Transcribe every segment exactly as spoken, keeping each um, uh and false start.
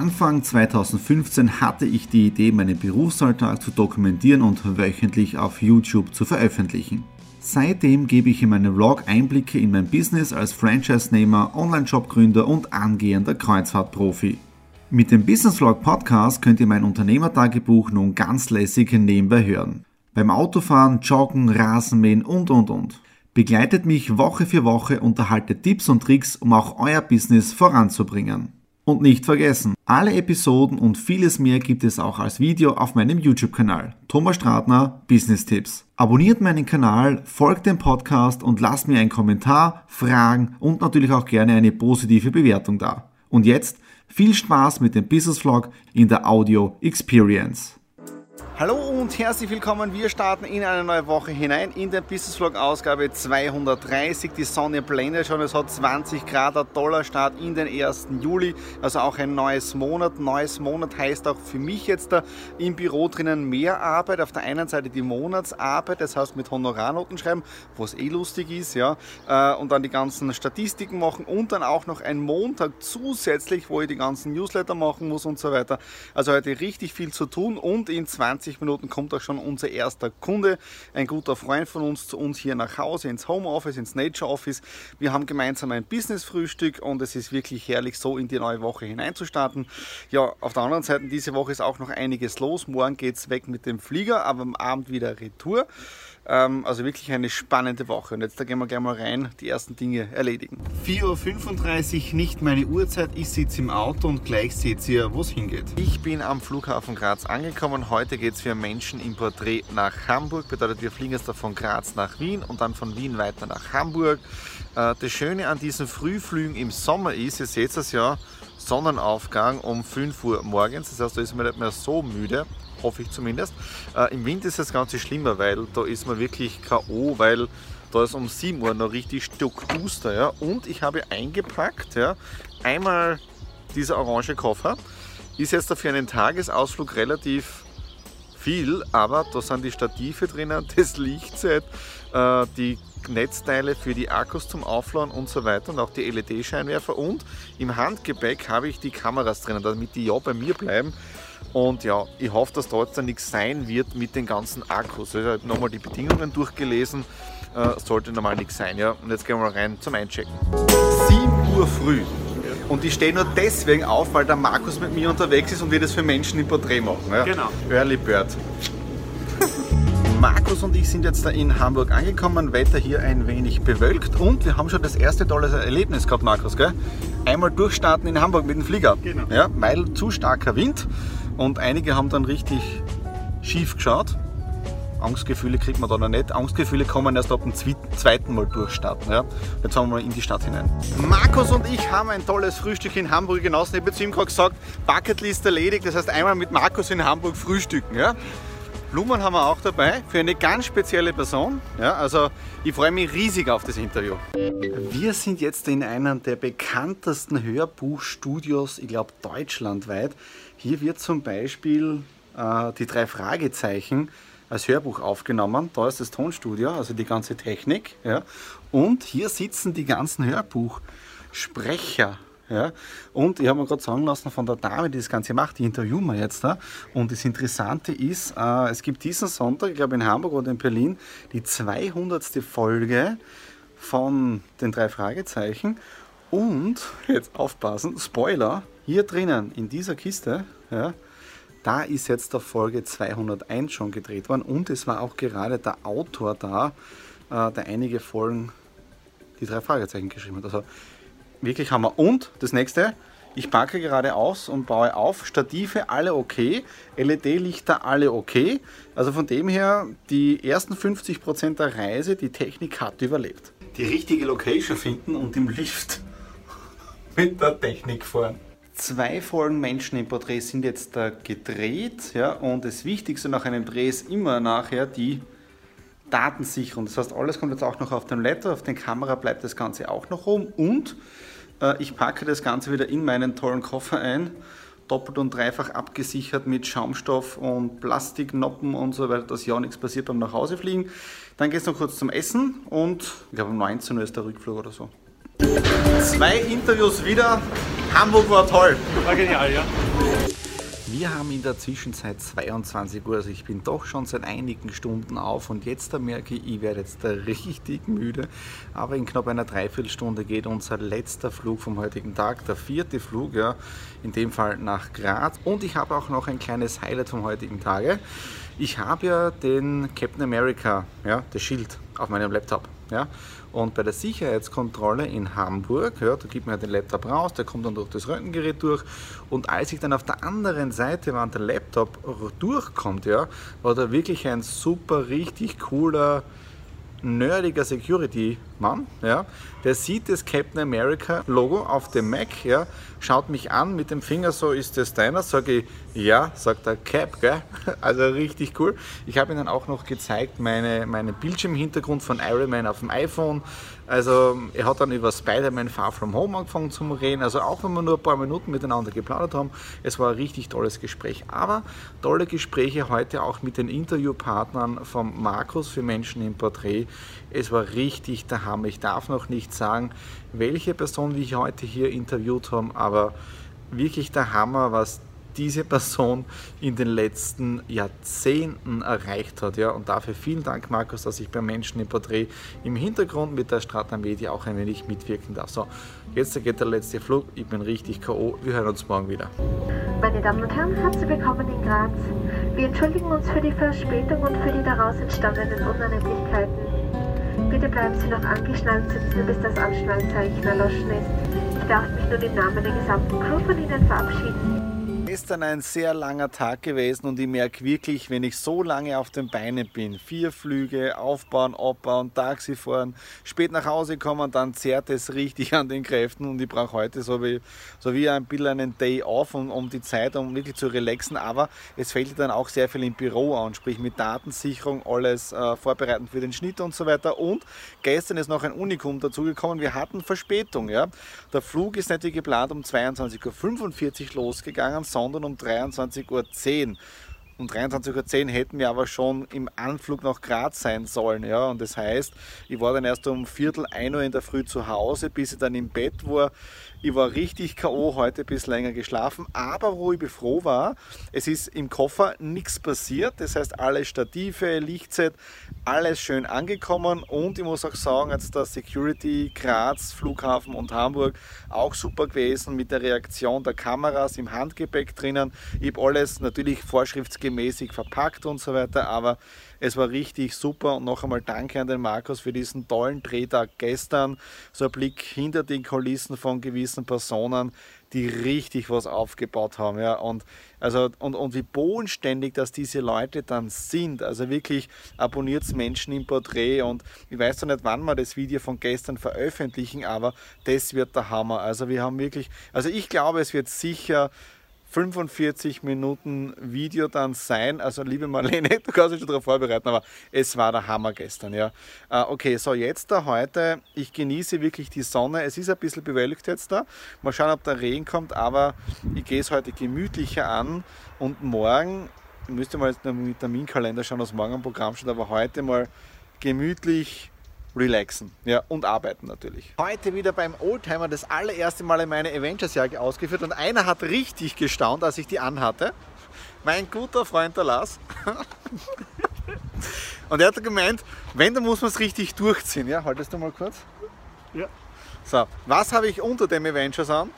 Anfang zweitausendfünfzehn hatte ich die Idee, meinen Berufsalltag zu dokumentieren und wöchentlich auf YouTube zu veröffentlichen. Seitdem gebe ich in meinem Vlog Einblicke in mein Business als Franchise-Nehmer, Online-Shop-Gründer und angehender Kreuzfahrtprofi. Mit dem Business Vlog Podcast könnt ihr mein Unternehmertagebuch nun ganz lässig nebenbei hören. Beim Autofahren, Joggen, Rasenmähen und und und. Begleitet mich Woche für Woche und erhaltet Tipps und Tricks, um auch euer Business voranzubringen. Und nicht vergessen, alle Episoden und vieles mehr gibt es auch als Video auf meinem YouTube-Kanal. Thomas Stratner, Business Tipps. Abonniert meinen Kanal, folgt dem Podcast und lasst mir einen Kommentar, Fragen und natürlich auch gerne eine positive Bewertung da. Und jetzt viel Spaß mit dem Business Vlog in der Audio Experience. Hallo und herzlich willkommen, wir starten in eine neue Woche hinein in der Business Vlog Ausgabe zweihundertdreißig. Die Sonne blendet schon, es hat zwanzig Grad, ein toller Start in den ersten Juli, also auch ein neues Monat. Neues Monat heißt auch für mich jetzt da im Büro drinnen mehr Arbeit. Auf der einen Seite die Monatsarbeit, das heißt mit Honorarnoten schreiben, was eh lustig ist, ja, und dann die ganzen Statistiken machen und dann auch noch ein Montag zusätzlich, wo ich die ganzen Newsletter machen muss und so weiter. Also heute richtig viel zu tun und in zwanzig Minuten kommt auch schon unser erster Kunde, ein guter Freund von uns, zu uns hier nach Hause, ins Homeoffice, ins Nature Office. Wir haben gemeinsam ein Business-Frühstück und es ist wirklich herrlich, so in die neue Woche hineinzustarten. Ja, auf der anderen Seite, diese Woche ist auch noch einiges los. Morgen geht es weg mit dem Flieger, aber am Abend wieder Retour. Ähm, also wirklich eine spannende Woche. Und jetzt da gehen wir gleich mal rein, die ersten Dinge erledigen. vier Uhr fünfunddreißig, nicht meine Uhrzeit. Ich sitze im Auto und gleich seht ihr, wo es hingeht. Ich bin am Flughafen Graz angekommen. Heute geht es für Menschen im Porträt nach Hamburg. Bedeutet, wir fliegen jetzt da von Graz nach Wien und dann von Wien weiter nach Hamburg. Äh, das Schöne an diesen Frühflügen im Sommer ist, ihr seht es ja, Sonnenaufgang um fünf Uhr morgens. Das heißt, da ist man nicht mehr so müde. Hoffe ich zumindest. Äh, Im Winter ist das Ganze schlimmer, weil da ist man wirklich K O, weil da ist um sieben Uhr noch richtig stockduster. Ja? Und ich habe eingepackt, ja, einmal dieser orange Koffer, ist jetzt für einen Tagesausflug relativ viel, aber da sind die Stative drinnen, das Lichtset, äh, die Netzteile für die Akkus zum Aufladen und so weiter und auch die L E D-Scheinwerfer und im Handgepäck habe ich die Kameras drinnen, damit die ja bei mir bleiben. Und ja, ich hoffe, dass dort dann nichts sein wird mit den ganzen Akkus. Also ich habe nochmal die Bedingungen durchgelesen, äh, sollte normal nichts sein. Ja? Und jetzt gehen wir mal rein zum Einchecken. sieben Uhr früh. Und ich stehe nur deswegen auf, weil der Markus mit mir unterwegs ist und wir das für Menschen im Porträt machen. Ja? Genau. Early Bird. Markus und ich sind jetzt da in Hamburg angekommen, Wetter hier ein wenig bewölkt und wir haben schon das erste tolle Erlebnis gehabt, Markus, gell? Einmal durchstarten in Hamburg mit dem Flieger, genau. Ja, weil zu starker Wind und einige haben dann richtig schief geschaut. Angstgefühle kriegt man da noch nicht, Angstgefühle kommen erst ab dem zweiten Mal durchstarten. Ja? Jetzt haben wir mal in die Stadt hinein. Markus und ich haben ein tolles Frühstück in Hamburg genossen. Ich habe zu ihm gerade gesagt, Bucketlist erledigt, das heißt einmal mit Markus in Hamburg frühstücken. Ja? Blumen haben wir auch dabei für eine ganz spezielle Person. Ja, also ich freue mich riesig auf das Interview. Wir sind jetzt in einem der bekanntesten Hörbuchstudios, ich glaube deutschlandweit. Hier wird zum Beispiel äh, die drei Fragezeichen als Hörbuch aufgenommen. Da ist das Tonstudio, also die ganze Technik. Ja. Und hier sitzen die ganzen Hörbuchsprecher. Ja, und ich habe mir gerade sagen lassen von der Dame, die das Ganze macht, die interviewen wir jetzt da. Und das Interessante ist, äh, es gibt diesen Sonntag, ich glaube in Hamburg oder in Berlin, die zweihundertste Folge von den drei Fragezeichen. Und, jetzt aufpassen, Spoiler, hier drinnen in dieser Kiste, ja, da ist jetzt der Folge zweihunderteins schon gedreht worden. Und es war auch gerade der Autor da, äh, der einige Folgen die drei Fragezeichen geschrieben hat. Also, wirklich Hammer. Und das nächste, ich packe gerade aus und baue auf. Stative alle okay, L E D-Lichter alle okay. Also von dem her, die ersten fünfzig Prozent der Reise, die Technik hat überlebt. Die richtige Location finden und im Lift mit der Technik fahren. Zwei Folgen Menschen im Porträt sind jetzt da gedreht. Ja, und das Wichtigste nach einem Dreh ist immer nachher die Datensicherung. Das heißt, alles kommt jetzt auch noch auf den Laptop, auf den Kamera bleibt das Ganze auch noch oben und äh, ich packe das Ganze wieder in meinen tollen Koffer ein, doppelt und dreifach abgesichert mit Schaumstoff und Plastiknoppen und so weiter, dass ja nichts passiert beim Nachhausefliegen. Dann geht es noch kurz zum Essen und ich glaube um neunzehn Uhr ist der Rückflug oder so. Zwei Interviews wieder Hamburg war toll. War genial, ja. Wir haben in der Zwischenzeit zweiundzwanzig Uhr, also ich bin doch schon seit einigen Stunden auf und jetzt da merke ich, ich werde jetzt da richtig müde, aber in knapp einer Dreiviertelstunde geht unser letzter Flug vom heutigen Tag, der vierte Flug, ja, in dem Fall nach Graz, und ich habe auch noch ein kleines Highlight vom heutigen Tage. Ich habe ja den Captain America, ja, das Schild auf meinem Laptop. Ja, und bei der Sicherheitskontrolle in Hamburg, ja, da gibt man ja den Laptop raus, der kommt dann durch das Röntgengerät durch, und als ich dann auf der anderen Seite war und der Laptop durchkommt, ja, war da wirklich ein super, richtig cooler, nerdiger Security-Mann, ja, der sieht das Captain America Logo auf dem Mac, ja, schaut mich an mit dem Finger, so, ist das deiner? Sage ich, ja, sagt er, Cap, gell? Also richtig cool. Ich habe ihm dann auch noch gezeigt, meine, meinen Bildschirmhintergrund von Iron Man auf dem iPhone. Also er hat dann über Spider-Man Far From Home angefangen zu reden, also auch wenn wir nur ein paar Minuten miteinander geplaudert haben, es war ein richtig tolles Gespräch. Aber tolle Gespräche heute auch mit den Interviewpartnern vom Markus für Menschen im Porträt. Es war richtig der Hammer. Ich darf noch nicht sagen, welche Person wir heute hier interviewt haben, aber wirklich der Hammer, was diese Person in den letzten Jahrzehnten erreicht hat. Ja? Und dafür vielen Dank, Markus, dass ich bei Menschen im Porträt im Hintergrund mit der Strata Media auch ein wenig mitwirken darf. So, jetzt geht der letzte Flug. Ich bin richtig K O. Wir hören uns morgen wieder. Meine Damen und Herren, herzlich willkommen in Graz. Wir entschuldigen uns für die Verspätung und für die daraus entstandenen Unannehmlichkeiten. Bitte bleiben Sie noch angeschnallt sitzen, bis das Anschnallzeichen erloschen ist. Ich darf mich nun im Namen der gesamten Crew von Ihnen verabschieden. Gestern ein sehr langer Tag gewesen und ich merke wirklich, wenn ich so lange auf den Beinen bin, vier Flüge, aufbauen, abbauen, Taxi fahren, spät nach Hause kommen, dann zerrt es richtig an den Kräften und ich brauche heute so wie, so wie ein bisschen einen Day off, um, um die Zeit, um wirklich zu relaxen, aber es fällt dann auch sehr viel im Büro an, sprich mit Datensicherung, alles äh, vorbereiten für den Schnitt und so weiter, und gestern ist noch ein Unikum dazugekommen, wir hatten Verspätung, ja. Der Flug ist nicht wie geplant um zweiundzwanzig Uhr fünfundvierzig losgegangen, sondern um dreiundzwanzig Uhr zehn. Um dreiundzwanzig Uhr zehn hätten wir aber schon im Anflug nach Graz sein sollen. Ja? Und das heißt, ich war dann erst um Viertel ein Uhr in der Früh zu Hause, bis ich dann im Bett war. Ich war richtig K O, heute ein bisschen länger geschlafen, aber wo ich froh war, es ist im Koffer nichts passiert. Das heißt, alle Stative, Lichtset, alles schön angekommen, und ich muss auch sagen, jetzt der Security Graz, Flughafen und Hamburg auch super gewesen mit der Reaktion der Kameras im Handgepäck drinnen. Ich habe alles natürlich vorschriftsgemäßig verpackt und so weiter, aber es war richtig super, und noch einmal danke an den Markus für diesen tollen Drehtag gestern. So ein Blick hinter die Kulissen von gewissen Personen, die richtig was aufgebaut haben. Ja. Und, also, und, und wie bodenständig, dass diese Leute dann sind. Also wirklich, abonniert Menschen im Porträt, und ich weiß noch nicht, wann wir das Video von gestern veröffentlichen, aber das wird der Hammer. Also wir haben wirklich, also ich glaube, es wird sicher fünfundvierzig Minuten Video dann sein. Also liebe Marlene, du kannst dich schon darauf vorbereiten, aber es war der Hammer gestern. Ja. Äh, okay, so jetzt da heute, ich genieße wirklich die Sonne. Es ist ein bisschen bewölkt jetzt da. Mal schauen, ob der Regen kommt, aber ich gehe es heute gemütlicher an, und morgen, ich müsste mal jetzt mit Terminkalender schauen, was morgen am Programm steht, aber heute mal gemütlich relaxen, ja, und arbeiten natürlich. Heute wieder beim Oldtimer das allererste Mal in meine Avengers-Jacke ausgeführt, und einer hat richtig gestaunt, als ich die anhatte. Mein guter Freund der Lars. Und er hat gemeint, wenn, dann muss man es richtig durchziehen. Ja, haltest du mal kurz? Ja. So, was habe ich unter dem Avengers an?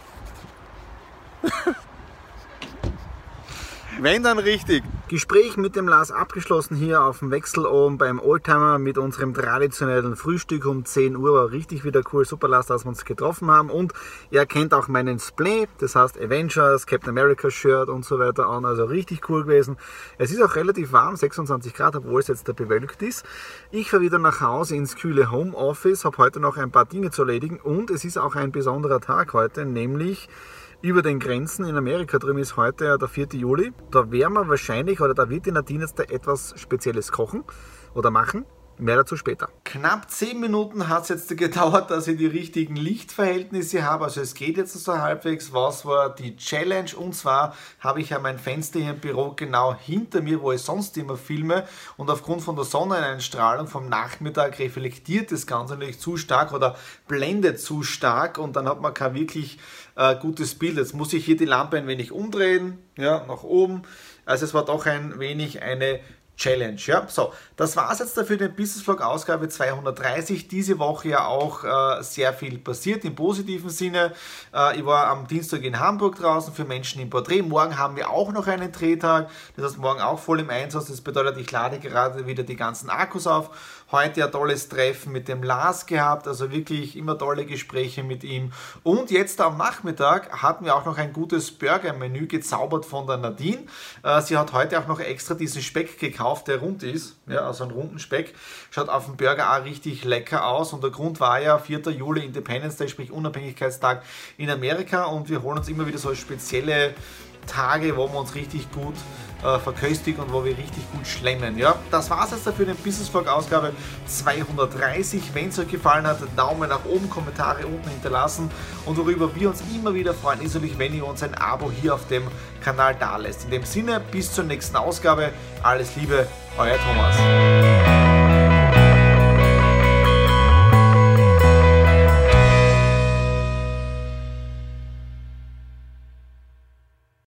Wenn, dann richtig. Gespräch mit dem Lars abgeschlossen hier auf dem Wechsel oben beim Oldtimer mit unserem traditionellen Frühstück um zehn Uhr. War richtig wieder cool. Super, Lars, dass wir uns getroffen haben. Und er kennt auch meinen Splay, das heißt Avengers, Captain America Shirt und so weiter an. Also richtig cool gewesen. Es ist auch relativ warm, sechsundzwanzig Grad, obwohl es jetzt da bewölkt ist. Ich fahre wieder nach Hause ins kühle Homeoffice, habe heute noch ein paar Dinge zu erledigen, und es ist auch ein besonderer Tag heute, nämlich über den Grenzen in Amerika drüben ist heute der vierte Juli. Da werden wir wahrscheinlich, oder da wird die Nadine jetzt da etwas Spezielles kochen oder machen. Mehr dazu später. Knapp zehn Minuten hat es jetzt gedauert, dass ich die richtigen Lichtverhältnisse habe. Also es geht jetzt so halbwegs. Was war die Challenge? Und zwar habe ich ja mein Fenster hier im Büro genau hinter mir, wo ich sonst immer filme. Und aufgrund von der Sonneneinstrahlung vom Nachmittag reflektiert das Ganze natürlich zu stark oder blendet zu stark. Und dann hat man kein wirklich äh, gutes Bild. Jetzt muss ich hier die Lampe ein wenig umdrehen, ja, nach oben. Also es war doch ein wenig eine Challenge. Ja, so, das war es jetzt dafür, den Business Vlog Ausgabe zweihundertdreißig. Diese Woche ja auch äh, sehr viel passiert im positiven Sinne. Äh, ich war am Dienstag in Hamburg draußen für Menschen im Porträt. Morgen haben wir auch noch einen Drehtag. Das heißt, morgen auch voll im Einsatz. Das bedeutet, ich lade gerade wieder die ganzen Akkus auf. Heute ein tolles Treffen mit dem Lars gehabt, also wirklich immer tolle Gespräche mit ihm. Und jetzt am Nachmittag hatten wir auch noch ein gutes Burger-Menü gezaubert von der Nadine. Äh, sie hat heute auch noch extra diesen Speck gekauft, der rund ist, ja, also einen runden Speck. Schaut auf dem Burger auch richtig lecker aus und der Grund war ja vierter Juli, Independence Day, sprich Unabhängigkeitstag in Amerika, und wir holen uns immer wieder so spezielle Tage, wo wir uns richtig gut äh, verköstigen und wo wir richtig gut schlemmen. Ja, das war es jetzt dafür, den Business Vlog Ausgabe zweihundertdreißig. Wenn es euch gefallen hat, Daumen nach oben, Kommentare unten hinterlassen, und worüber wir uns immer wieder freuen, ist natürlich, wenn ihr uns ein Abo hier auf dem Kanal da lässt. In dem Sinne, bis zur nächsten Ausgabe, alles Liebe, euer Thomas.